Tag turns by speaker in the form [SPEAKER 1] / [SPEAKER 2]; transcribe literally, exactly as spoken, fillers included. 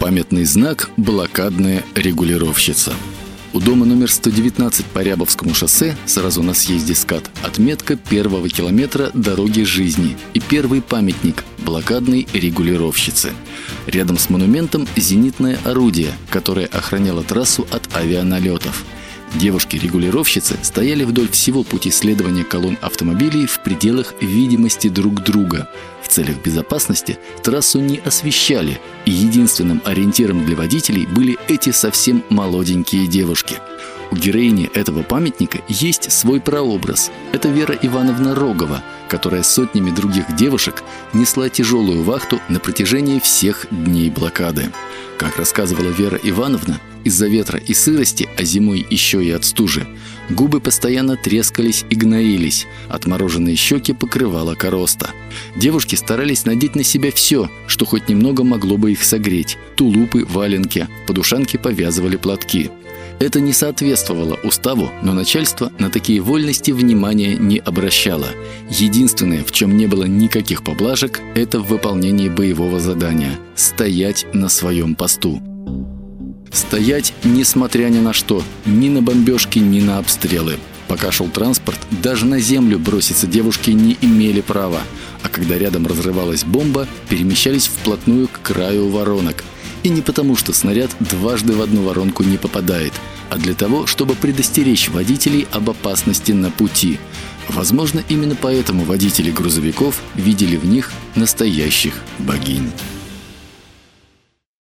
[SPEAKER 1] Памятный знак «Блокадная регулировщица». У дома номер сто девятнадцать по Рябовскому шоссе, сразу на съезде СКАТ, отметка первого километра дороги жизни и первый памятник блокадной регулировщице. Рядом с монументом зенитное орудие, которое охраняло трассу от авианалетов. Девушки-регулировщицы стояли вдоль всего пути следования колонн автомобилей в пределах видимости друг друга. В целях безопасности трассу не освещали, и единственным ориентиром для водителей были эти совсем молоденькие девушки. У героини этого памятника есть свой прообраз. Это Вера Ивановна Рогова, которая с сотнями других девушек несла тяжелую вахту на протяжении всех дней блокады. Как рассказывала Вера Ивановна, из-за ветра и сырости, а зимой еще и от стужи, губы постоянно трескались и гноились, отмороженные щеки покрывала короста. Девушки старались надеть на себя все, что хоть немного могло бы их согреть: тулупы, валенки, под ушанки повязывали платки. Это не соответствовало уставу, но начальство на такие вольности внимания не обращало. Единственное, в чем не было никаких поблажек, это в выполнении боевого задания – стоять на своем посту. Стоять, несмотря ни на что, ни на бомбежки, ни на обстрелы. Пока шел транспорт, даже на землю броситься девушки не имели права, а когда рядом разрывалась бомба, перемещались вплотную к краю воронок. И не потому, что снаряд дважды в одну воронку не попадает, а для того, чтобы предостеречь водителей об опасности на пути. Возможно, именно поэтому водители грузовиков видели в них настоящих богинь.